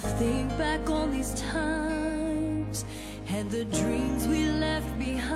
think back on these times and the dreams we left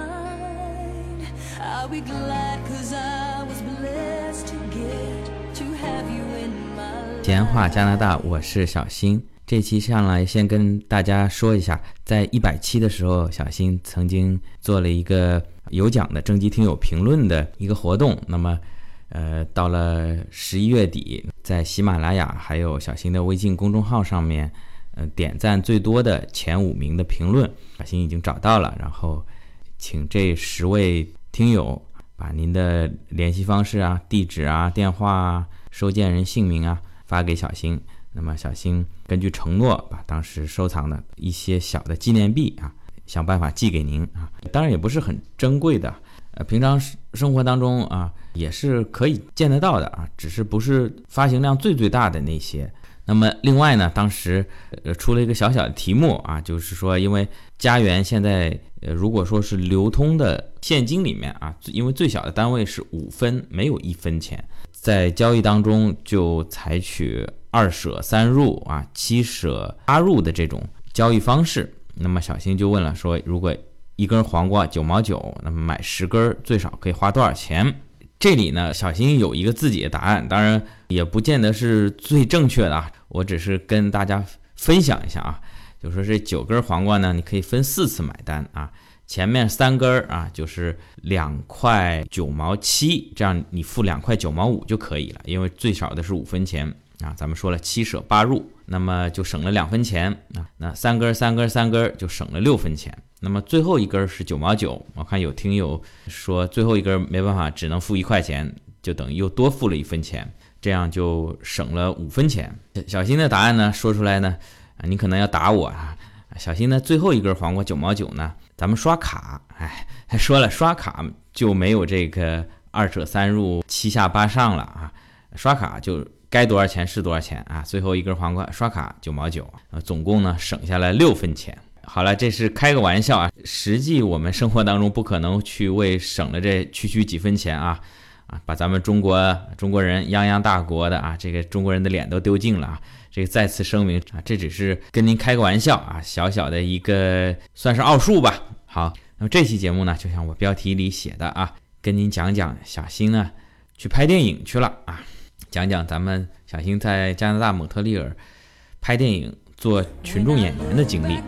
behind, I'll be glad cause I was blessed to get to have you in my life。 闲话加拿大，我是小新。这期上来先跟大家说一下，在100期的时候，小新曾经做了一个有奖的征集听友评论的一个活动。那么到了11月底，在喜马拉雅还有小新的微信公众号上面，点赞最多的前5名的评论，小新已经找到了，然后请这10位听友把您的联系方式啊、地址啊、电话啊、收件人姓名啊发给小新。那么小新根据承诺，把当时收藏的一些小的纪念币啊，想办法寄给您啊。当然也不是很珍贵的，平常生活当中啊也是可以见得到的啊，只是不是发行量最大的那些。那么另外呢，当时出了一个小小的题目啊，就是说因为家园现在如果说是流通的现金里面啊，因为最小的单位是5分，没有1分钱，在交易当中就采取2舍3入啊、7舍8入的这种交易方式。那么小新就问了，说如果一根黄瓜9毛9，那么买10根最少可以花多少钱？这里呢，小新有一个自己的答案，当然也不见得是最正确的啊，我只是跟大家分享一下啊，就说这9根黄瓜呢，你可以分4次买单啊，前面3根啊就是2块9毛7，这样你付2块9毛5就可以了，因为最少的是5分钱啊。咱们说了7舍8入，那么就省了2分钱啊，那3根就省了6分钱。那么最后一根是9毛9，我看有听友说最后一根没办法，只能付1块钱，就等于又多付了1分钱，这样就省了5分钱。小新的答案呢说出来呢，你可能要打我啊。小新的最后一根黄瓜9毛9呢，咱们刷卡，说了刷卡就没有这个2舍3入7下8上了啊，刷卡就该多少钱是多少钱啊，最后一根黄瓜刷卡9毛9，总共呢省下来6分钱。好了，这是开个玩笑啊，实际我们生活当中不可能去为省了这区几分钱啊，把咱们中国人泱泱大国的啊，这个中国人的脸都丢尽了啊。这个再次声明啊，这只是跟您开个玩笑啊，小小的一个算是奥数吧。好，那么这期节目呢，就像我标题里写的啊，跟您讲讲小新呢去拍电影去了啊，讲讲咱们小新在加拿大蒙特利尔拍电影做群众演员的经历。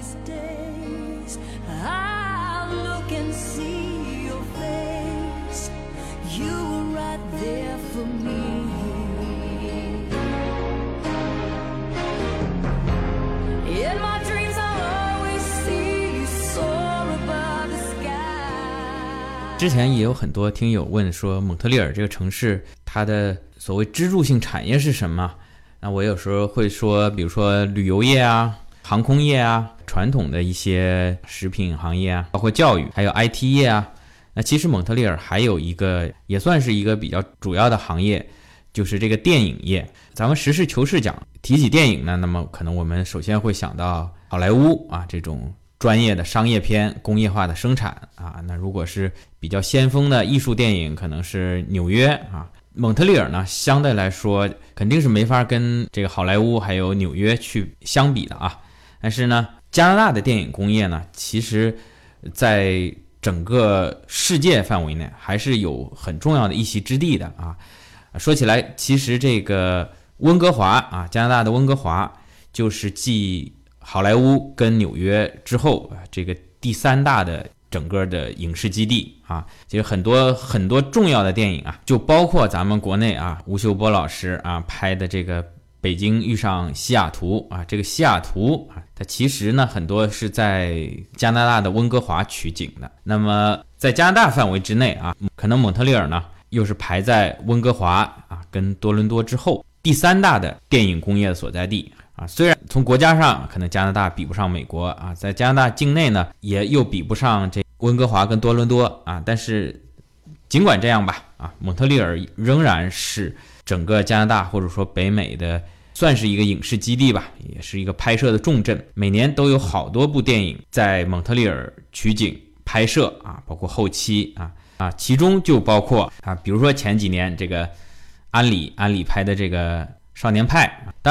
之前也有很多听友问说，蒙特利尔这个城市它的所谓支柱性产业是什么？那我有时候会说，比如说旅游业啊、航空业啊、传统的一些食品行业啊，包括教育，还有 IT 业啊。那其实蒙特利尔还有一个也算是一个比较主要的行业，就是这个电影业。咱们实事求是讲，提起电影呢，那么可能我们首先会想到好莱坞啊，这种专业的商业片、工业化的生产啊。那如果是比较先锋的艺术电影，可能是纽约啊。蒙特利尔呢，相对来说肯定是没法跟这个好莱坞还有纽约去相比的啊。但是呢，加拿大的电影工业呢，其实在整个世界范围内还是有很重要的一席之地的啊。说起来，其实这个温哥华啊，加拿大的温哥华就是继好莱坞跟纽约之后这个第3大的整个的影视基地啊。其实很多重要的电影啊，就包括咱们国内啊吴秀波老师啊拍的这个北京遇上西雅图啊，这个西雅图啊，它其实呢很多是在加拿大的温哥华取景的。那么在加拿大范围之内啊，可能蒙特利尔呢又是排在温哥华啊跟多伦多之后第3大的电影工业的所在地啊。虽然从国家上可能加拿大比不上美国啊，在加拿大境内呢也又比不上这温哥华跟多伦多啊，但是尽管这样吧啊，蒙特利尔仍然是整个加拿大或者说北美的算是一个影视基地吧，也是一个拍摄的重镇，每年都有好多部电影在蒙特利尔取景拍摄啊，包括后期啊，其中就包括啊，比如说前几年这个安里拍的这个少年派，当然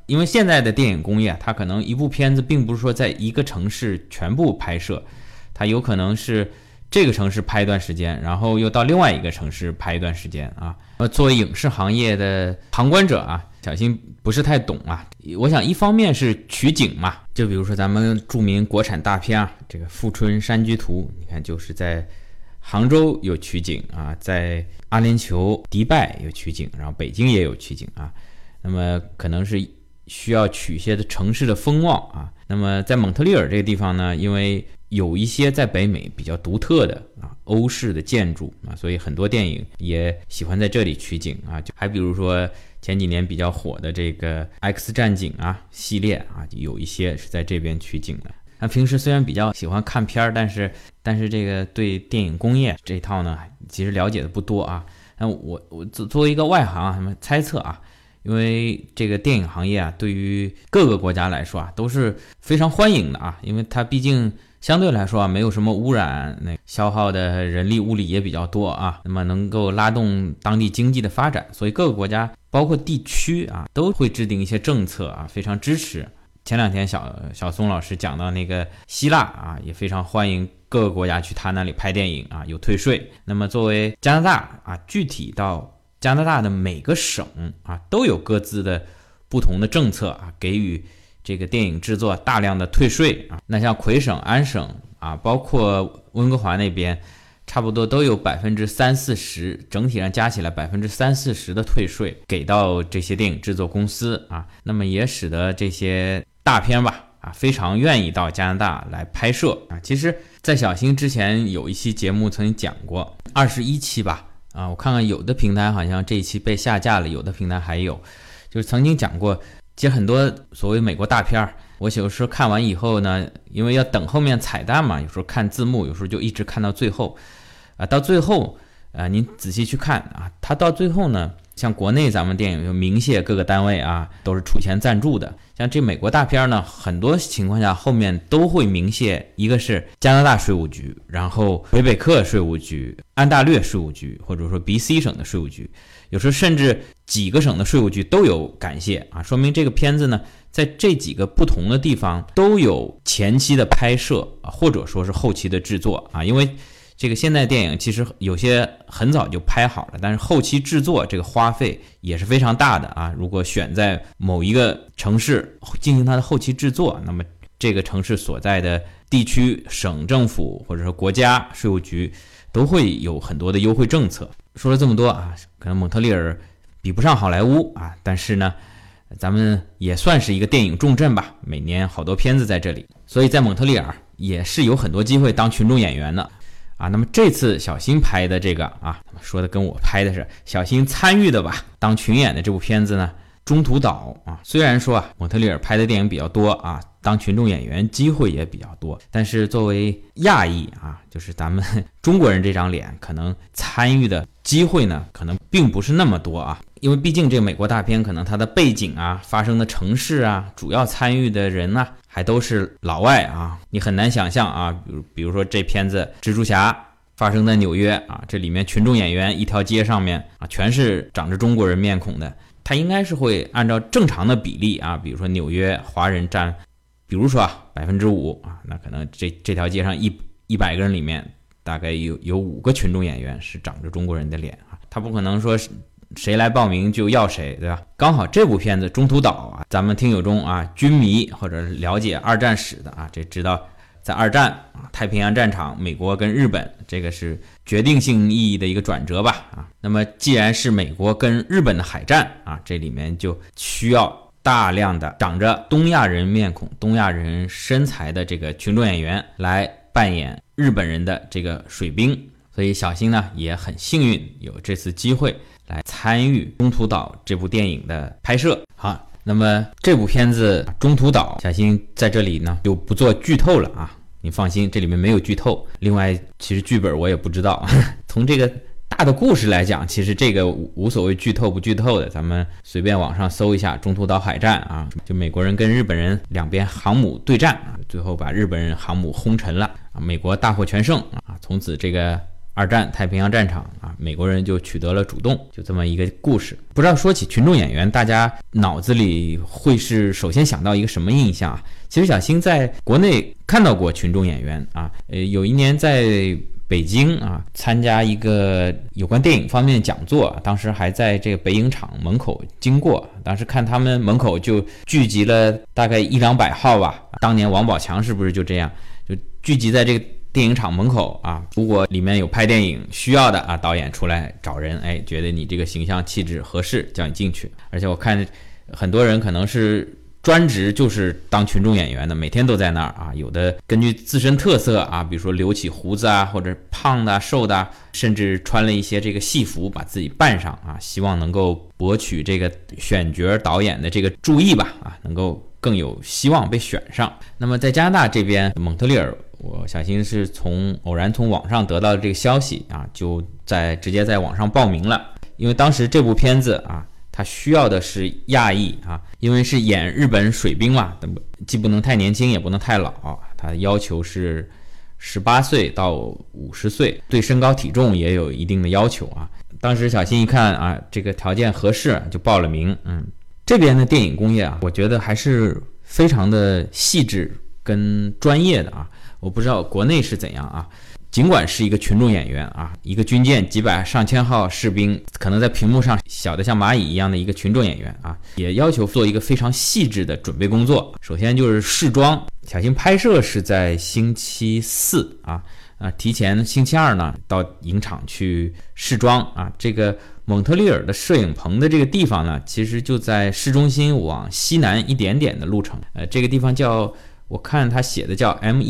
因为现在的电影工业，它可能一部片子并不是说在一个城市全部拍摄，它有可能是这个城市拍一段时间，然后又到另外一个城市拍一段时间啊。作为影视行业的旁观者啊，小新不是太懂啊。我想一方面是取景嘛，就比如说咱们著名国产大片啊，这个《富春山居图》，你看就是在杭州有取景啊，在阿联酋迪拜有取景，然后北京也有取景啊。那么可能是需要取一些的城市的风貌啊。那么在蒙特利尔这个地方呢，因为有一些在北美比较独特的欧式的建筑啊，所以很多电影也喜欢在这里取景啊。就还比如说前几年比较火的这个 X 战警啊系列啊，有一些是在这边取景的。那平时虽然比较喜欢看片，但是这个对电影工业这一套呢，其实了解的不多啊。那我作为一个外行啊，他们猜测啊，因为这个电影行业啊，对于各个国家来说啊，都是非常欢迎的啊，因为它毕竟相对来说啊，没有什么污染，消耗的人力物力也比较多啊，那么能够拉动当地经济的发展，所以各个国家包括地区啊，都会制定一些政策啊，非常支持。前两天小松老师讲到那个希腊啊，也非常欢迎各个国家去他那里拍电影啊，有退税。那么作为加拿大啊，具体到加拿大的每个省啊，都有各自的不同的政策啊，给予这个电影制作大量的退税啊。那像魁省、安省啊，包括温哥华那边，差不多都有30-40%，整体上加起来30-40%的退税给到这些电影制作公司啊。那么也使得这些大片吧啊，非常愿意到加拿大来拍摄啊。其实在小新之前有一期节目曾经讲过，21期吧啊，我看看有的平台好像这一期被下架了，有的平台还有，就是曾经讲过，其实很多所谓美国大片，我有时候看完以后呢，因为要等后面彩蛋嘛，有时候看字幕，有时候就一直看到最后啊，到最后您仔细去看啊，它到最后呢，像国内咱们电影就明谢各个单位啊，都是出钱赞助的。像这美国大片呢，很多情况下后面都会明谢，一个是加拿大税务局，然后魁北克税务局、安大略税务局，或者说 BC 省的税务局，有时候甚至几个省的税务局都有感谢啊，说明这个片子呢，在这几个不同的地方都有前期的拍摄啊，或者说是后期的制作啊，因为这个现代电影其实有些很早就拍好了，但是后期制作这个花费也是非常大的啊。如果选在某一个城市进行它的后期制作，那么这个城市所在的地区、省政府或者说国家税务局都会有很多的优惠政策。说了这么多啊，可能蒙特利尔比不上好莱坞啊，但是呢，咱们也算是一个电影重镇吧，每年好多片子在这里，所以在蒙特利尔也是有很多机会当群众演员的。啊，那么这次小新拍的这个啊，说的跟我拍的是小新参与的吧，当群演的这部片子呢，中途岛啊，虽然说啊，蒙特利尔拍的电影比较多啊，当群众演员机会也比较多，但是作为亚裔啊，就是咱们中国人这张脸，可能参与的机会呢，可能并不是那么多啊。因为毕竟这个美国大片可能它的背景啊、发生的城市啊、主要参与的人啊，还都是老外啊，你很难想象啊。比如说这片子蜘蛛侠发生在纽约啊，这里面群众演员一条街上面啊，全是长着中国人面孔的，它应该是会按照正常的比例啊，比如说纽约华人占，比如说5%啊，那可能这条街上100个人里面大概有5个群众演员是长着中国人的脸啊，他不可能说谁来报名就要谁，对吧？刚好这部片子《中途岛》啊，咱们听友中啊，军迷或者了解二战史的啊，这知道在二战啊，太平洋战场，美国跟日本这个是决定性意义的一个转折吧啊。那么既然是美国跟日本的海战啊，这里面就需要大量的长着东亚人面孔、东亚人身材的这个群众演员来扮演日本人的这个水兵，所以小新呢也很幸运有这次机会来参与《中途岛》这部电影的拍摄。好，那么这部片子《中途岛》，小新在这里呢就不做剧透了啊，你放心，这里面没有剧透。另外，其实剧本我也不知道，从这个大的故事来讲，其实这个无所谓剧透不剧透的，咱们随便网上搜一下中途岛海战啊，就美国人跟日本人两边航母对战啊，最后把日本人航母轰沉了啊，美国大获全胜啊，从此这个二战太平洋战场啊，美国人就取得了主动，就这么一个故事。不知道说起群众演员，大家脑子里会是首先想到一个什么印象啊？其实小新在国内看到过群众演员啊，有一年在北京啊参加一个有关电影方面讲座，当时还在这个北影厂门口经过，当时看他们门口就聚集了大概100-200号吧，当年王宝强是不是就这样就聚集在这个电影厂门口啊，如果里面有拍电影需要的啊，导演出来找人，觉得你这个形象气质合适，叫你进去。而且我看很多人可能是专职就是当群众演员的，每天都在那儿啊，有的根据自身特色啊，比如说留起胡子啊，或者胖的瘦的，甚至穿了一些这个戏服把自己扮上啊，希望能够博取这个选角导演的这个注意吧啊，能够更有希望被选上。那么在加拿大这边蒙特利尔，我小新是偶然从网上得到的这个消息啊，就直接在网上报名了。因为当时这部片子啊，他需要的是亚裔啊，因为是演日本水兵嘛，既不能太年轻也不能太老，他要求是18岁到50岁，对身高体重也有一定的要求啊。当时小新一看啊，这个条件合适就报了名。这边的电影工业啊，我觉得还是非常的细致跟专业的啊。我不知道国内是怎样啊，尽管是一个群众演员啊，一个军舰几百上千号士兵，可能在屏幕上小的像蚂蚁一样的一个群众演员啊，也要求做一个非常细致的准备工作。首先就是试妆，小新拍摄是在星期四啊，提前星期二呢到影厂去试妆啊。这个蒙特利尔的摄影棚的这个地方呢，其实就在市中心往西南一点点的路程，这个地方我看他写的叫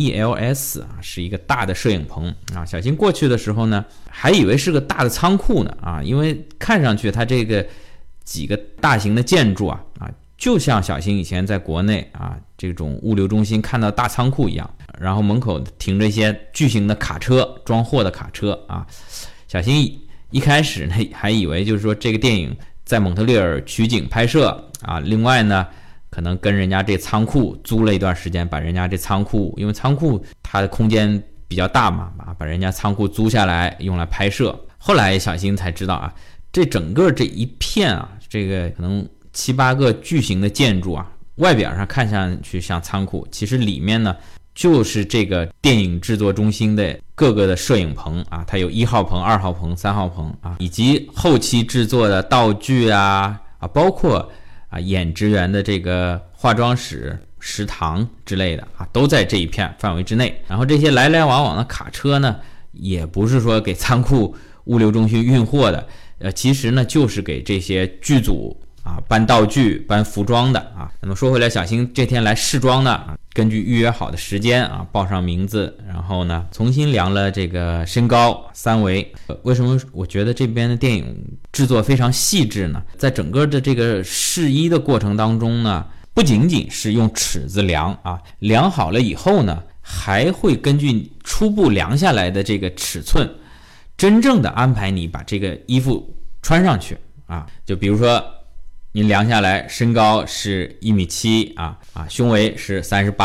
MELS 啊，是一个大的摄影棚啊。小新过去的时候呢，还以为是个大的仓库呢啊，因为看上去它这个几个大型的建筑啊，就像小新以前在国内啊这种物流中心看到大仓库一样，然后门口停着一些巨型的卡车，装货的卡车啊。小新一开始呢还以为就是说这个电影在蒙特利尔取景拍摄啊，另外呢可能跟人家这仓库租了一段时间，把人家这仓库，因为仓库它的空间比较大嘛，把人家仓库租下来用来拍摄。后来小新才知道啊，这整个这一片啊，这个可能7-8个巨型的建筑啊，外表上看上去像仓库，其实里面呢就是这个电影制作中心的各个的摄影棚啊，它有1号棚、2号棚、3号棚啊，以及后期制作的道具啊，包括演职员的这个化妆室、食堂之类的啊，都在这一片范围之内。然后这些来来往往的卡车呢，也不是说给仓库物流中心运货的，其实呢就是给这些剧组啊搬道具、搬服装的啊。那么说回来，小新这天来试妆呢，根据预约好的时间啊，报上名字，然后呢重新量了这个身高3围。为什么我觉得这边的电影制作非常细致呢？在整个的这个试衣的过程当中呢，不仅仅是用尺子量啊，量好了以后呢，还会根据初步量下来的这个尺寸，真正的安排你把这个衣服穿上去啊。就比如说您量下来身高是1.7米胸围是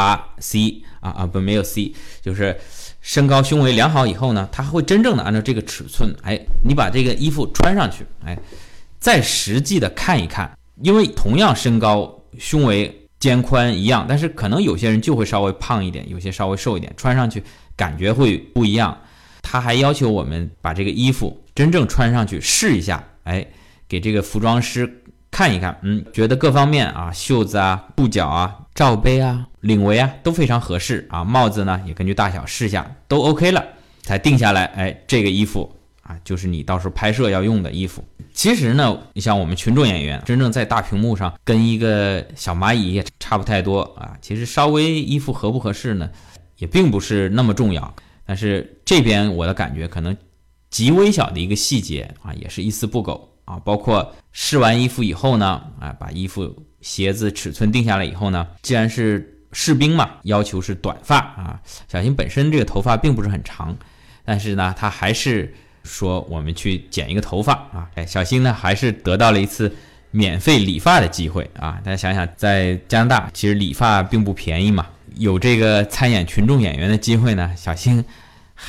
38C 没有 C， 就是身高胸围量好以后呢，它会真正的按照这个尺寸，你把这个衣服穿上去，再实际的看一看，因为同样身高胸围肩宽一样，但是可能有些人就会稍微胖一点，有些稍微瘦一点，穿上去感觉会不一样。他还要求我们把这个衣服真正穿上去试一下，给这个服装师看一看，觉得各方面啊，袖子啊、裤脚啊、罩杯啊、领围啊都非常合适啊，帽子呢也根据大小试下都 OK 了，才定下来，这个衣服啊就是你到时候拍摄要用的衣服。其实呢，你像我们群众演员真正在大屏幕上跟一个小蚂蚁也差不太多啊，其实稍微衣服合不合适呢也并不是那么重要，但是这边我的感觉可能极微小的一个细节啊也是一丝不苟啊，包括试完衣服以后呢，把衣服鞋子尺寸定下来以后呢，既然是士兵嘛，要求是短发啊，小新本身这个头发并不是很长，但是呢他还是说我们去剪一个头发啊，小新呢还是得到了一次免费理发的机会啊。大家想想，在加拿大其实理发并不便宜嘛，有这个参演群众演员的机会呢，小新还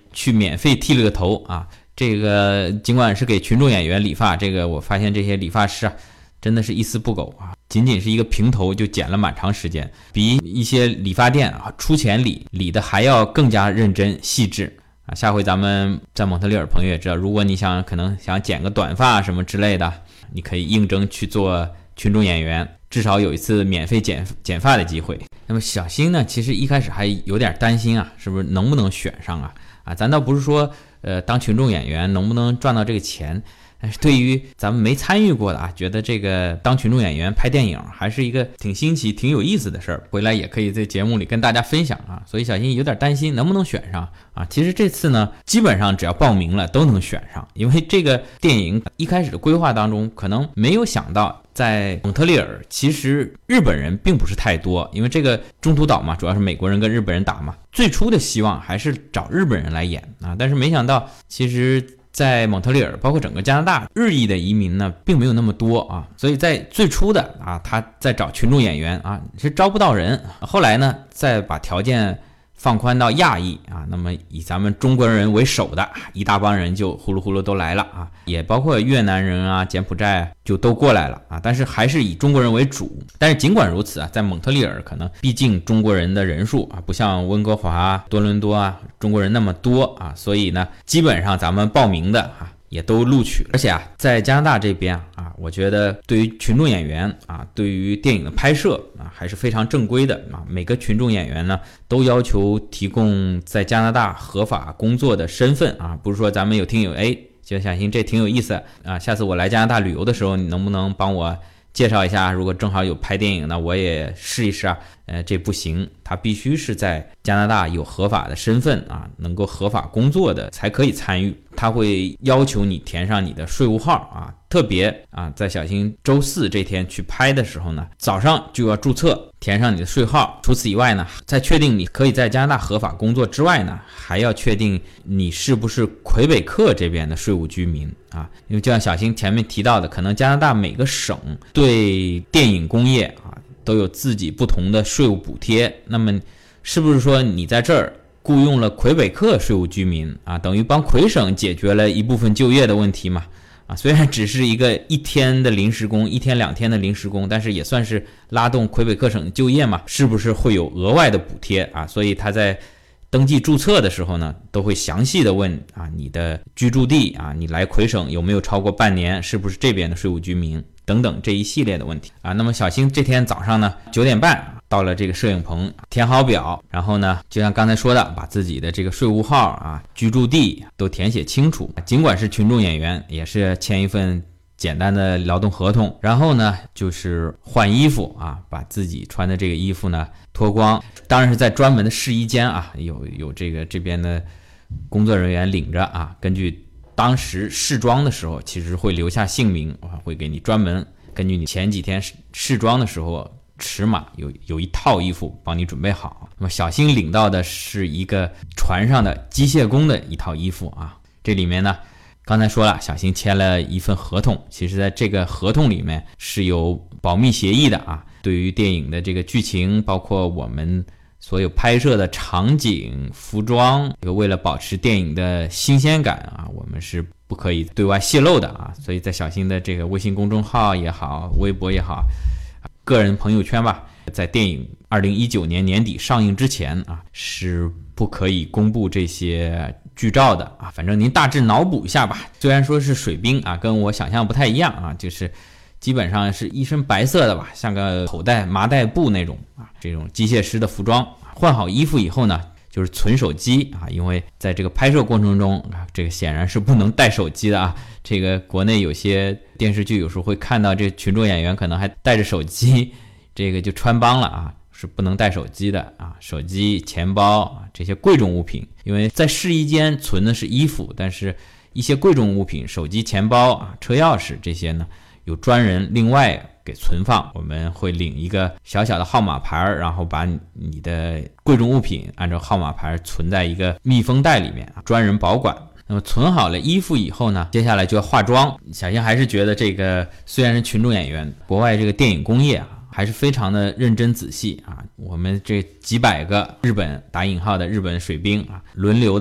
去免费剃了个头啊。这个尽管是给群众演员理发，这个我发现这些理发师啊，真的是一丝不苟啊，仅仅是一个平头就剪了蛮长时间，比一些理发店啊出钱理的还要更加认真细致啊。下回咱们在蒙特利尔朋友也知道，如果你可能想剪个短发什么之类的，你可以应征去做群众演员，至少有一次免费剪发的机会。那么小新呢，其实一开始还有点担心啊，是不是能不能选上啊？咱倒不是说当群众演员能不能赚到这个钱，但是对于咱们没参与过的啊，觉得这个当群众演员拍电影还是一个挺新奇挺有意思的事儿，回来也可以在节目里跟大家分享啊。所以小新有点担心能不能选上啊。其实这次呢，基本上只要报名了都能选上，因为这个电影一开始的规划当中可能没有想到在蒙特利尔其实日本人并不是太多，因为这个中途岛嘛，主要是美国人跟日本人打嘛，最初的希望还是找日本人来演啊，但是没想到其实在蒙特利尔包括整个加拿大日裔的移民呢并没有那么多啊，所以在最初的啊他在找群众演员啊是招不到人，后来呢再把条件放宽到亚裔啊，那么以咱们中国人为首的一大帮人就呼噜呼噜都来了啊，也包括越南人啊、柬埔寨就都过来了啊，但是还是以中国人为主。但是尽管如此啊，在蒙特利尔可能毕竟中国人的人数啊不像温哥华、多伦多啊中国人那么多啊，所以呢基本上咱们报名的啊也都录取了。而且啊，在加拿大这边啊，我觉得对于群众演员啊，对于电影的拍摄啊，还是非常正规的啊。每个群众演员呢，都要求提供在加拿大合法工作的身份啊，不是说咱们有听友觉得小新这挺有意思啊，下次我来加拿大旅游的时候，你能不能帮我介绍一下？如果正好有拍电影呢，我也试一试啊。这不行，他必须是在加拿大有合法的身份啊，能够合法工作的才可以参与。他会要求你填上你的税务号啊，特别啊，在小新周四这天去拍的时候呢，早上就要注册，填上你的税号。除此以外呢，在确定你可以在加拿大合法工作之外呢，还要确定你是不是魁北克这边的税务居民啊。因为就像小新前面提到的，可能加拿大每个省对电影工业啊都有自己不同的税务补贴，那么是不是说你在这儿雇佣了魁北克税务居民啊，等于帮魁省解决了一部分就业的问题嘛？啊，虽然只是一天的临时工，1天2天的临时工，但是也算是拉动魁北克省的就业嘛，是不是会有额外的补贴啊？所以他在登记注册的时候呢，都会详细的问啊，你的居住地啊，你来魁省有没有超过半年，是不是这边的税务居民等等这一系列的问题啊。那么小新这天早上呢9点半到了这个摄影棚，填好表，然后呢就像刚才说的，把自己的这个税务号啊、居住地都填写清楚。尽管是群众演员，也是签一份简单的劳动合同，然后呢就是换衣服啊，把自己穿的这个衣服呢脱光，当然是在专门的试衣间啊，有这边的工作人员领着啊，根据当时试装的时候其实会留下姓名啊，会给你专门根据你前几天试装的时候尺码有一套衣服帮你准备好。那么小新领到的是一个船上的机械工的一套衣服啊，这里面呢刚才说了，小新签了一份合同，其实在这个合同里面是有保密协议的啊，对于电影的这个剧情，包括我们所有拍摄的场景、服装，为了保持电影的新鲜感啊，我们是不可以对外泄露的啊。所以在小新的这个微信公众号也好，微博也好，个人朋友圈吧，在电影2019年年底上映之前啊，是不可以公布这些剧照的啊。反正您大致脑补一下吧。虽然说是水兵啊，跟我想象不太一样啊，就是基本上是一身白色的吧，像个口袋麻袋布那种啊，这种机械师的服装。换好衣服以后呢，就是存手机啊，因为在这个拍摄过程中啊，这个显然是不能带手机的啊。这个国内有些电视剧有时候会看到这群众演员可能还带着手机，这个就穿帮了啊，是不能带手机的啊，手机、钱包啊这些贵重物品，因为在试衣间存的是衣服，但是一些贵重物品，手机、钱包啊、车钥匙这些呢，有专人另外给存放，我们会领一个小小的号码牌，然后把你的贵重物品按照号码牌存在一个密封袋里面，专人保管。那么存好了衣服以后呢，接下来就要化妆。小新还是觉得这个虽然是群众演员，国外这个电影工业啊，还是非常的认真仔细啊。我们这几百个日本打引号的日本水兵啊，轮流的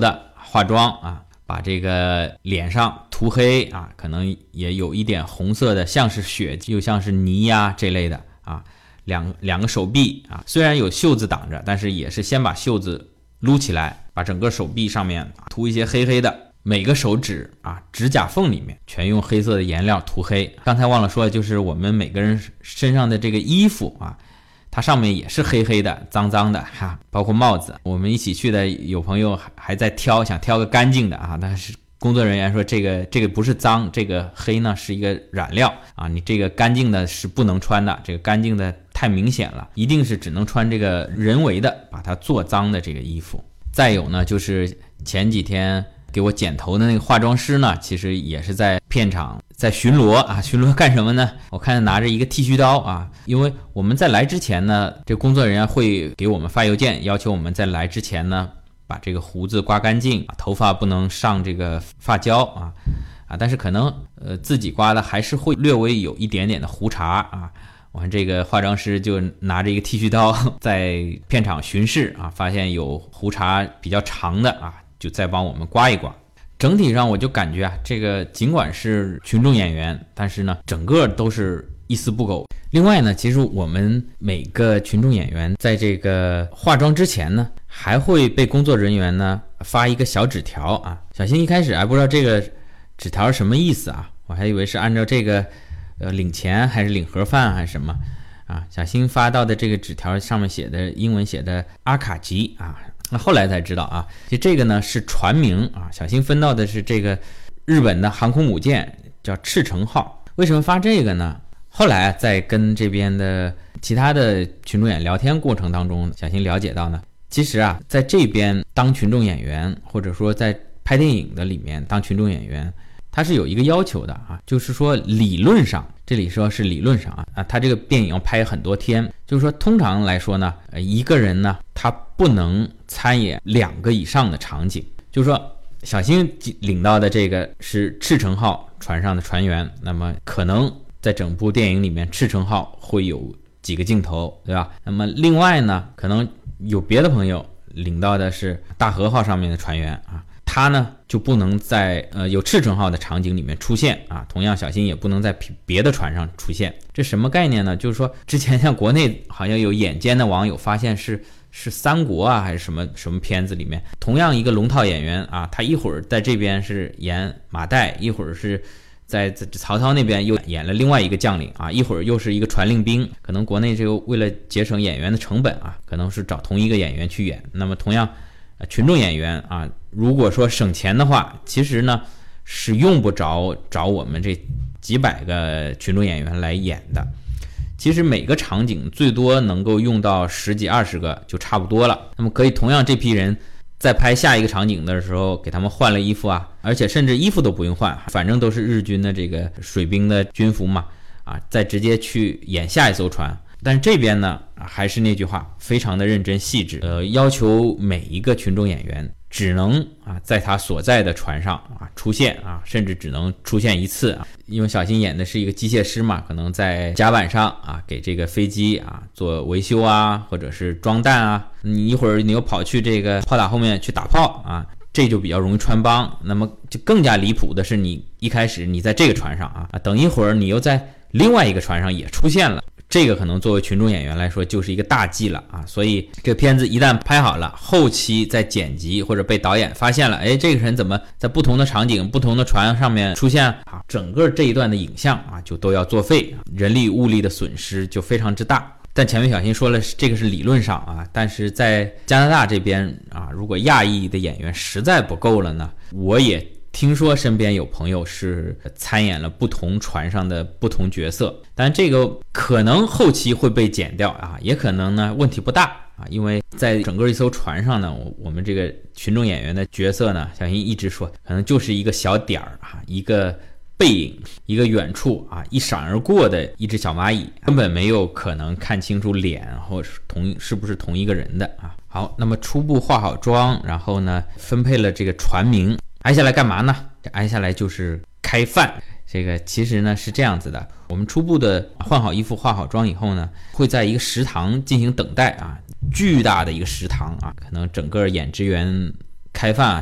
化妆啊，把这个脸上涂黑啊，可能也有一点红色的，像是血又像是泥呀这类的啊。两个手臂啊，虽然有袖子挡着，但是也是先把袖子撸起来，把整个手臂上面涂一些黑黑的，每个手指啊指甲缝里面全用黑色的颜料涂黑。刚才忘了说，就是我们每个人身上的这个衣服啊，它上面也是黑黑的脏脏的哈，包括帽子。我们一起去的有朋友还在想挑个干净的啊，但是工作人员说这个不是脏，这个黑呢是一个染料啊，你这个干净的是不能穿的，这个干净的太明显了，一定是只能穿这个人为的把它做脏的这个衣服。再有呢，就是前几天给我剪头的那个化妆师呢，其实也是在片场在巡逻啊。巡逻干什么呢？我看拿着一个剃须刀啊，因为我们在来之前呢，这工作人员会给我们发邮件，要求我们在来之前呢把这个胡子刮干净，头发不能上这个发胶啊，但是可能自己刮的还是会略微有一点点的胡茬啊。我看这个化妆师就拿着一个剃须刀在片场巡视啊，发现有胡茬比较长的啊，就再帮我们刮一刮。整体上我就感觉啊，这个尽管是群众演员，但是呢整个都是一丝不苟。另外呢，其实我们每个群众演员在这个化妆之前呢，还会被工作人员呢发一个小纸条啊。小新一开始还不知道这个纸条是什么意思啊，我还以为是按照这个领钱还是领盒饭还是什么啊。小新发到的这个纸条上面写的英文写的阿卡吉啊，那后来才知道啊，其实这个呢是船名啊。小新分到的是这个日本的航空母舰叫赤城号。为什么发这个呢？后来在跟这边的其他的群众演员聊天过程当中，小新了解到呢，其实啊在这边当群众演员，或者说在拍电影的里面当群众演员，它是有一个要求的啊，就是说理论上，这里说是理论上啊，他这个电影要拍很多天，就是说通常来说呢，一个人呢他不能参演2个以上的场景。就是说小新领到的这个是赤城号船上的船员，那么可能在整部电影里面赤城号会有几个镜头，对吧？那么另外呢，可能有别的朋友领到的是大和号上面的船员啊，他呢就不能在有赤城号的场景里面出现啊。同样小新也不能在别的船上出现。这什么概念呢？就是说之前像国内好像有眼尖的网友发现是三国啊还是什么片子里面，同样一个龙套演员啊，他一会儿在这边是演马岱，一会儿是在曹操那边又演了另外一个将领啊，一会儿又是一个传令兵。可能国内这个为了节省演员的成本啊，可能是找同一个演员去演。那么同样群众演员啊，如果说省钱的话，其实呢是用不着找我们这几百个群众演员来演的。其实每个场景最多能够用到10几20个就差不多了。那么可以同样这批人在拍下一个场景的时候给他们换了衣服啊，而且甚至衣服都不用换，反正都是日军的这个水兵的军服嘛啊，再直接去演下一艘船。但是这边呢还是那句话，非常的认真细致，要求每一个群众演员只能在他所在的船上出现啊，甚至只能出现一次啊。因为小新演的是一个机械师嘛，可能在甲板上给这个飞机做维修啊，或者是装弹啊，你一会儿你又跑去这个炮塔后面去打炮啊，这就比较容易穿帮。那么就更加离谱的是，你一开始你在这个船上等一会儿你又在另外一个船上也出现了，这个可能作为群众演员来说就是一个大忌了所以这个片子一旦拍好了，后期在剪辑或者被导演发现了，这个人怎么在不同的场景不同的船上面出现整个这一段的影像就都要作废，人力物力的损失就非常之大。但前面小新说了，这个是理论上但是在加拿大这边如果亚裔的演员实在不够了呢，我也听说身边有朋友是参演了不同船上的不同角色，但这个可能后期会被剪掉也可能呢问题不大因为在整个一艘船上呢，我们这个群众演员的角色呢，小新一直说可能就是一个小点儿一个背影，一个远处一闪而过的一只小蚂蚁，根本没有可能看清楚脸或是不是同一个人的好，那么初步化好妆，然后呢分配了这个船名，挨下来干嘛呢？挨下来就是开饭。这个其实呢是这样子的，我们初步的换好衣服化好妆以后呢，会在一个食堂进行等待巨大的一个食堂可能整个演职员开饭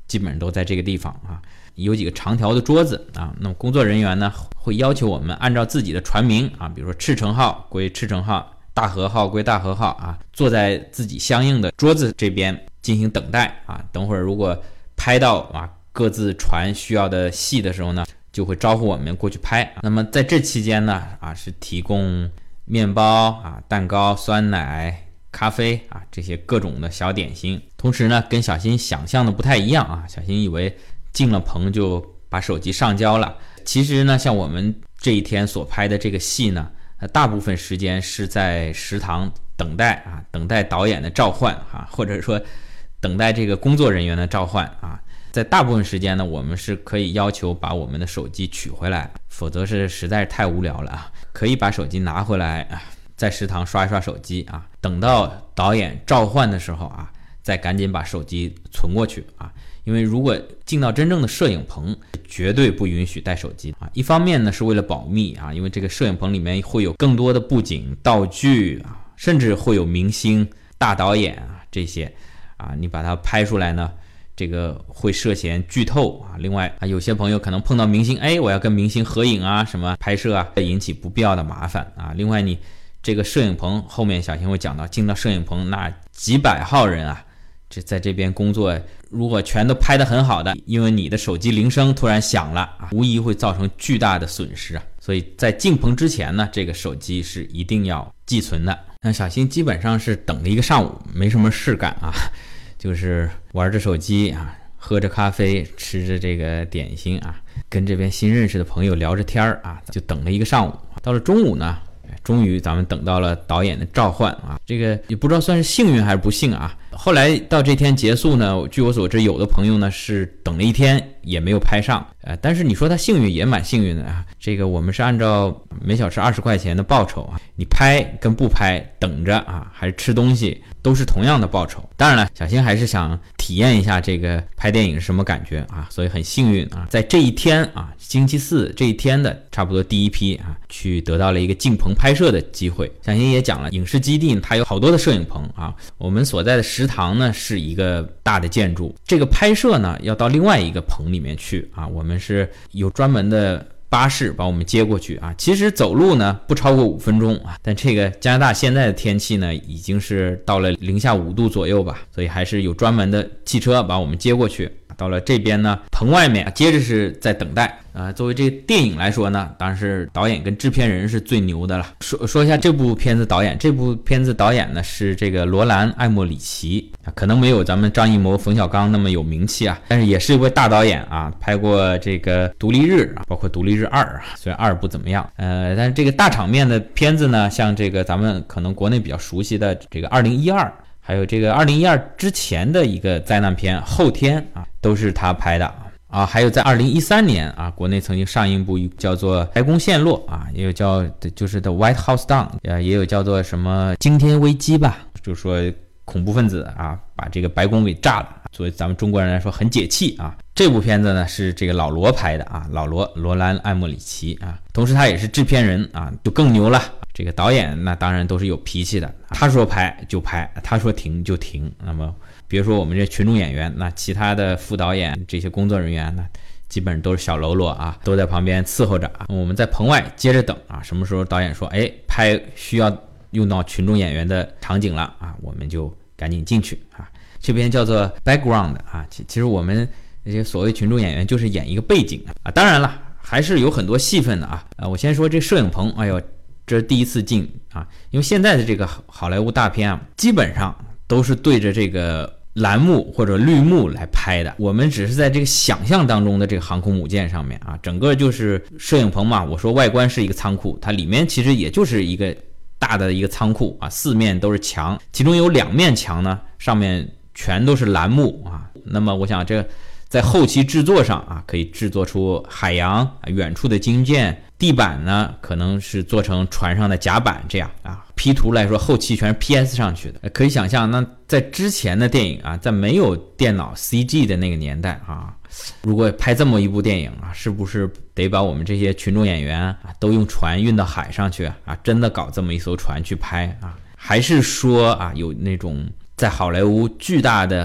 基本上都在这个地方啊。有几个长条的桌子啊，那么工作人员呢会要求我们按照自己的船名啊，比如说赤城号归赤城号，大和号归大和号啊，坐在自己相应的桌子这边进行等待啊。等会儿如果拍到啊各自船需要的戏的时候呢，就会招呼我们过去拍。那么在这期间呢啊，是提供面包啊、蛋糕、酸奶、咖啡啊这些各种的小点心。同时呢，跟小新想象的不太一样啊，小新以为进了棚就把手机上交了。其实呢，像我们这一天所拍的这个戏呢，大部分时间是在食堂等待啊，等待导演的召唤啊，或者说等待这个工作人员的召唤啊。在大部分时间呢，我们是可以要求把我们的手机取回来，否则是实在是太无聊了啊。可以把手机拿回来啊，在食堂刷一刷手机啊，等到导演召唤的时候啊，再赶紧把手机存过去啊。因为如果进到真正的摄影棚，绝对不允许带手机啊。一方面呢是为了保密啊，因为这个摄影棚里面会有更多的布景、道具啊，甚至会有明星、大导演啊这些啊，你把它拍出来呢，这个会涉嫌剧透啊。另外啊，有些朋友可能碰到明星，我要跟明星合影啊，什么拍摄啊，引起不必要的麻烦啊。另外你这个摄影棚后面小新会讲到，进到摄影棚那几百号人啊，这在这边工作，如果全都拍得很好的，因为你的手机铃声突然响了啊，无疑会造成巨大的损失啊。所以在进棚之前呢，这个手机是一定要寄存的。那小新基本上是等了一个上午，没什么事干啊，就是玩着手机啊，喝着咖啡，吃着这个点心啊，跟这边新认识的朋友聊着天啊，就等了一个上午。到了中午呢，终于咱们等到了导演的召唤啊，这个也不知道算是幸运还是不幸啊。后来到这天结束呢，据我所知，有的朋友呢是等了一天也没有拍上，但是你说他幸运也蛮幸运的啊。这个我们是按照每小时20块钱的报酬啊，你拍跟不拍，等着啊还是吃东西，都是同样的报酬。当然了，小新还是想体验一下这个拍电影是什么感觉啊，所以很幸运啊，在这一天啊，星期四这一天的差不多第一批啊，去得到了一个进棚拍摄的机会。小新也讲了，影视基地它有好多的摄影棚啊，我们所在的食堂呢是一个大的建筑，这个拍摄呢要到另外一个棚里面去啊，我们是有专门的巴士把我们接过去啊，其实走路呢不超过5分钟啊，但这个加拿大现在的天气呢已经是到了零下5度左右吧，所以还是有专门的汽车把我们接过去。到了这边呢，棚外面接着是在等待作为这个电影来说呢，当然是导演跟制片人是最牛的了。说一下这部片子导演，这部片子导演呢是这个罗兰·艾默里奇可能没有咱们张艺谋、冯小刚那么有名气啊，但是也是一位大导演啊，拍过这个《独立日》包括《独立日2》虽然2不怎么样，但是这个大场面的片子呢，像这个咱们可能国内比较熟悉的这个2012，还有这个2012之前的一个灾难片《后天》啊，都是他拍的啊。还有在2013年啊，国内曾经上映部叫做《白宫陷落》啊，也有叫就是The White House Down，也有叫做什么惊天危机吧，就说恐怖分子啊把这个白宫给炸了，所以咱们中国人来说很解气啊。这部片子呢是这个老罗拍的啊，罗兰·艾默里奇啊，同时他也是制片人啊，就更牛了。这个导演那当然都是有脾气的，他说拍就拍，他说停就停。那么别说我们这群众演员，那其他的副导演这些工作人员呢，基本上都是小喽啰啊，都在旁边伺候着啊。我们在棚外接着等啊，什么时候导演说拍需要用到群众演员的场景了啊，我们就赶紧进去啊。这边叫做 background 啊，其实我们这些所谓群众演员就是演一个背景啊。当然了，还是有很多戏份的啊。我先说这摄影棚，这是第一次进啊，因为现在的这个好莱坞大片啊，基本上都是对着这个栏目或者绿幕来拍的，我们只是在这个想象当中的这个航空母舰上面啊，整个就是摄影棚嘛。我说外观是一个仓库，它里面其实也就是一个大的一个仓库啊，四面都是墙，其中有2面墙呢，上面全都是栏目啊。那么我想这在后期制作上啊，可以制作出海洋远处的军舰，地板呢可能是做成船上的甲板这样啊。P 图来说，后期全是 PS 上去的。可以想象，那在之前的电影啊，在没有电脑 CG 的那个年代啊，如果拍这么一部电影啊，是不是得把我们这些群众演员啊都用船运到海上去啊？真的搞这么一艘船去拍啊？还是说啊，有那种在好莱坞巨大的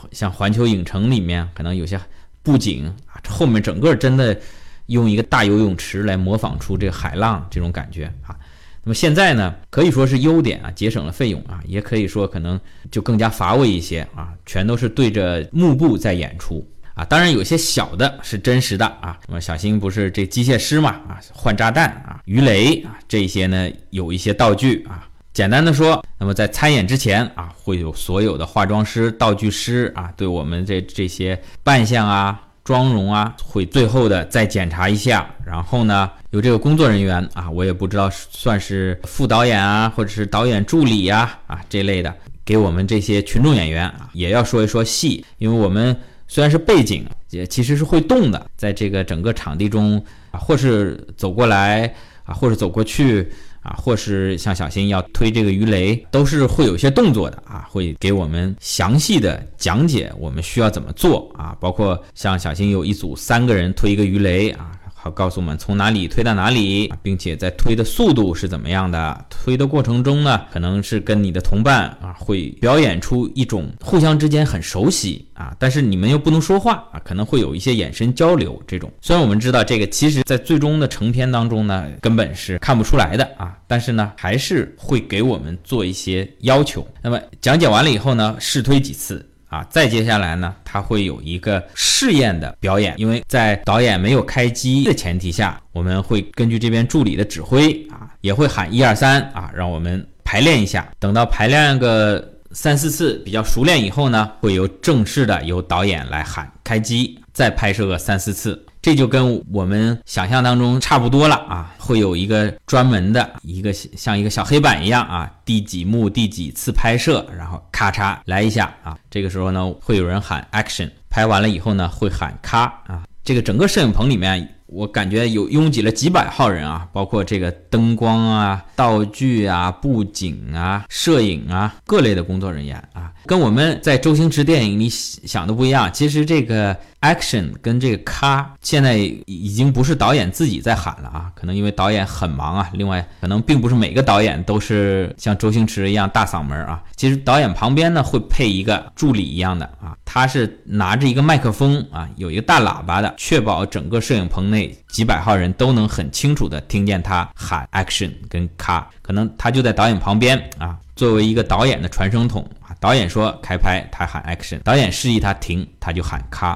像环球影城里面可能有些布景啊，后面整个真的用一个大游泳池来模仿出这个海浪这种感觉啊。那么现在呢，可以说是优点啊，节省了费用啊，也可以说可能就更加乏味一些啊，全都是对着幕布在演出啊。当然有些小的是真实的啊，那么小新不是这机械师嘛啊，换炸弹啊、鱼雷啊，这些呢有一些道具啊。简单的说，那么在参演之前啊，会有所有的化妆师、道具师啊，对我们这些扮相啊、妆容啊，会最后的再检查一下。然后呢，有这个工作人员啊，我也不知道算是副导演啊，或者是导演助理啊这类的，给我们这些群众演员啊，也要说一说戏，因为我们虽然是背景，也其实是会动的，在这个整个场地中啊，或是走过来啊，或是走过去。啊，或是像小新要推这个鱼雷，都是会有一些动作的啊，会给我们详细的讲解我们需要怎么做啊，包括像小新有一组3个人推一个鱼雷啊，好告诉我们从哪里推到哪里，并且在推的速度是怎么样的，推的过程中呢，可能是跟你的同伴啊会表演出一种互相之间很熟悉啊，但是你们又不能说话啊，可能会有一些眼神交流这种。虽然我们知道这个其实在最终的成片当中呢，根本是看不出来的啊，但是呢还是会给我们做一些要求。那么讲解完了以后呢，试推几次啊，再接下来呢，他会有一个试验的表演，因为在导演没有开机的前提下，我们会根据这边助理的指挥啊，也会喊1、2、3啊，让我们排练一下。等到排练个3、4次比较熟练以后呢，会由正式的由导演来喊开机，再拍摄个3、4次。这就跟我们想象当中差不多了啊，会有一个专门的一个像一个小黑板一样啊，第几幕第几次拍摄，然后咔嚓来一下啊，这个时候呢会有人喊 action， 拍完了以后呢会喊咔啊。这个整个摄影棚里面我感觉有拥挤了几百号人啊，包括这个灯光啊、道具啊、布景啊、摄影啊，各类的工作人员啊，跟我们在周星驰电影里想的不一样。其实这个 action 跟这个咔现在已经不是导演自己在喊了啊，可能因为导演很忙啊，另外可能并不是每个导演都是像周星驰一样大嗓门啊。其实导演旁边呢会配一个助理一样的啊，他是拿着一个麦克风啊，有一个大喇叭的，确保整个摄影棚内几百号人都能很清楚的听见他喊 action 跟咔，可能他就在导演旁边啊，作为一个导演的传声筒啊，导演说开拍，他喊 action， 导演示意他停，他就喊咔。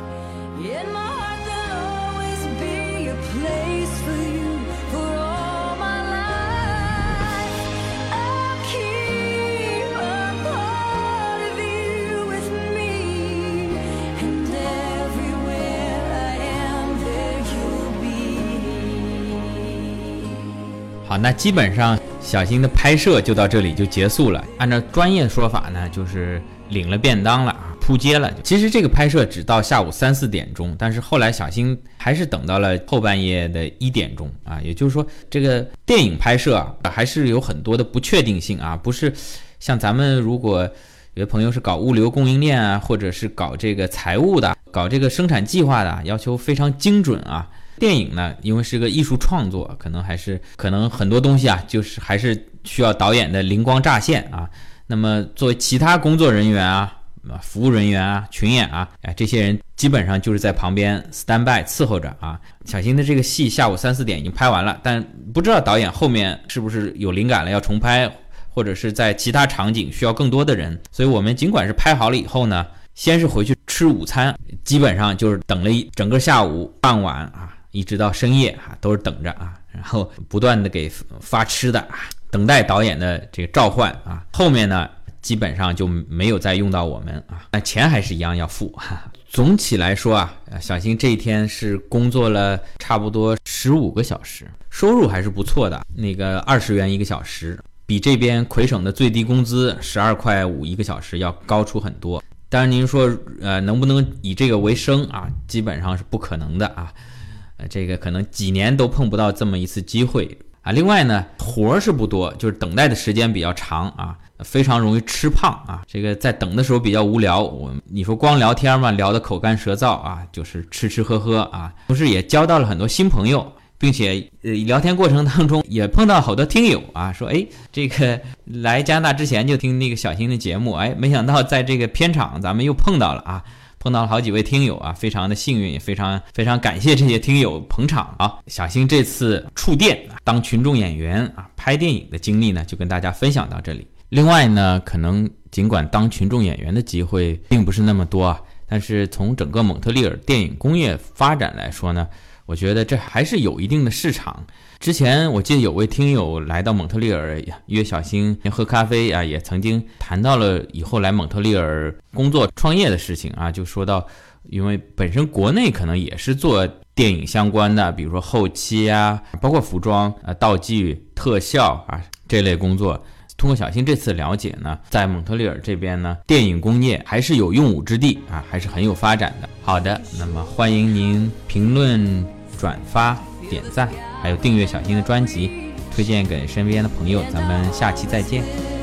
好，那基本上小新的拍摄就到这里就结束了。按照专业说法呢，就是领了便当了啊，扑街了。其实这个拍摄只到下午3、4点钟，但是后来小新还是等到了后半夜的1点钟啊。也就是说，这个电影拍摄啊，还是有很多的不确定性啊，不是像咱们如果有的朋友是搞物流供应链啊，或者是搞这个财务的，搞这个生产计划的，要求非常精准啊。电影呢，因为是个艺术创作，可能很多东西啊，就是还是需要导演的灵光乍现啊。那么作为其他工作人员啊、服务人员啊、群演啊，这些人基本上就是在旁边 stand by 伺候着啊。小新的这个戏下午3、4点已经拍完了，但不知道导演后面是不是有灵感了要重拍，或者是在其他场景需要更多的人。所以我们尽管是拍好了以后呢，先是回去吃午餐，基本上就是等了整个下午傍晚啊，一直到深夜啊，都是等着啊，然后不断的给发吃的啊，等待导演的这个召唤啊。后面呢，基本上就没有再用到我们啊，但钱还是一样要付。总体来说啊，小新这一天是工作了差不多15个小时，收入还是不错的，那个20元1个小时，比这边魁省的最低工资12.5块1个小时要高出很多。当然您说能不能以这个为生啊，基本上是不可能的啊。这个可能几年都碰不到这么一次机会啊。另外呢，活是不多，就是等待的时间比较长啊，非常容易吃胖啊。这个在等的时候比较无聊，你说光聊天嘛，聊得口干舌燥啊，就是吃吃喝喝啊。同时也交到了很多新朋友， 并且聊天过程当中也碰到好多听友啊，说这个来加拿大之前就听那个小新的节目，没想到在这个片场咱们又碰到了啊，碰到了好几位听友啊，非常的幸运，也非常非常感谢这些听友捧场啊。小新这次触电当群众演员啊拍电影的经历呢，就跟大家分享到这里。另外呢，可能尽管当群众演员的机会并不是那么多啊，但是从整个蒙特利尔电影工业发展来说呢，我觉得这还是有一定的市场。之前我记得有位听友来到蒙特利尔约小新喝咖啡啊，也曾经谈到了以后来蒙特利尔工作创业的事情啊，就说到因为本身国内可能也是做电影相关的，比如说后期啊，包括服装道具特效啊这类工作。通过小新这次了解呢，在蒙特利尔这边呢，电影工业还是有用武之地啊，还是很有发展的。好的，那么欢迎您评论、转发、点赞，还有订阅小新的专辑，推荐给身边的朋友。咱们下期再见。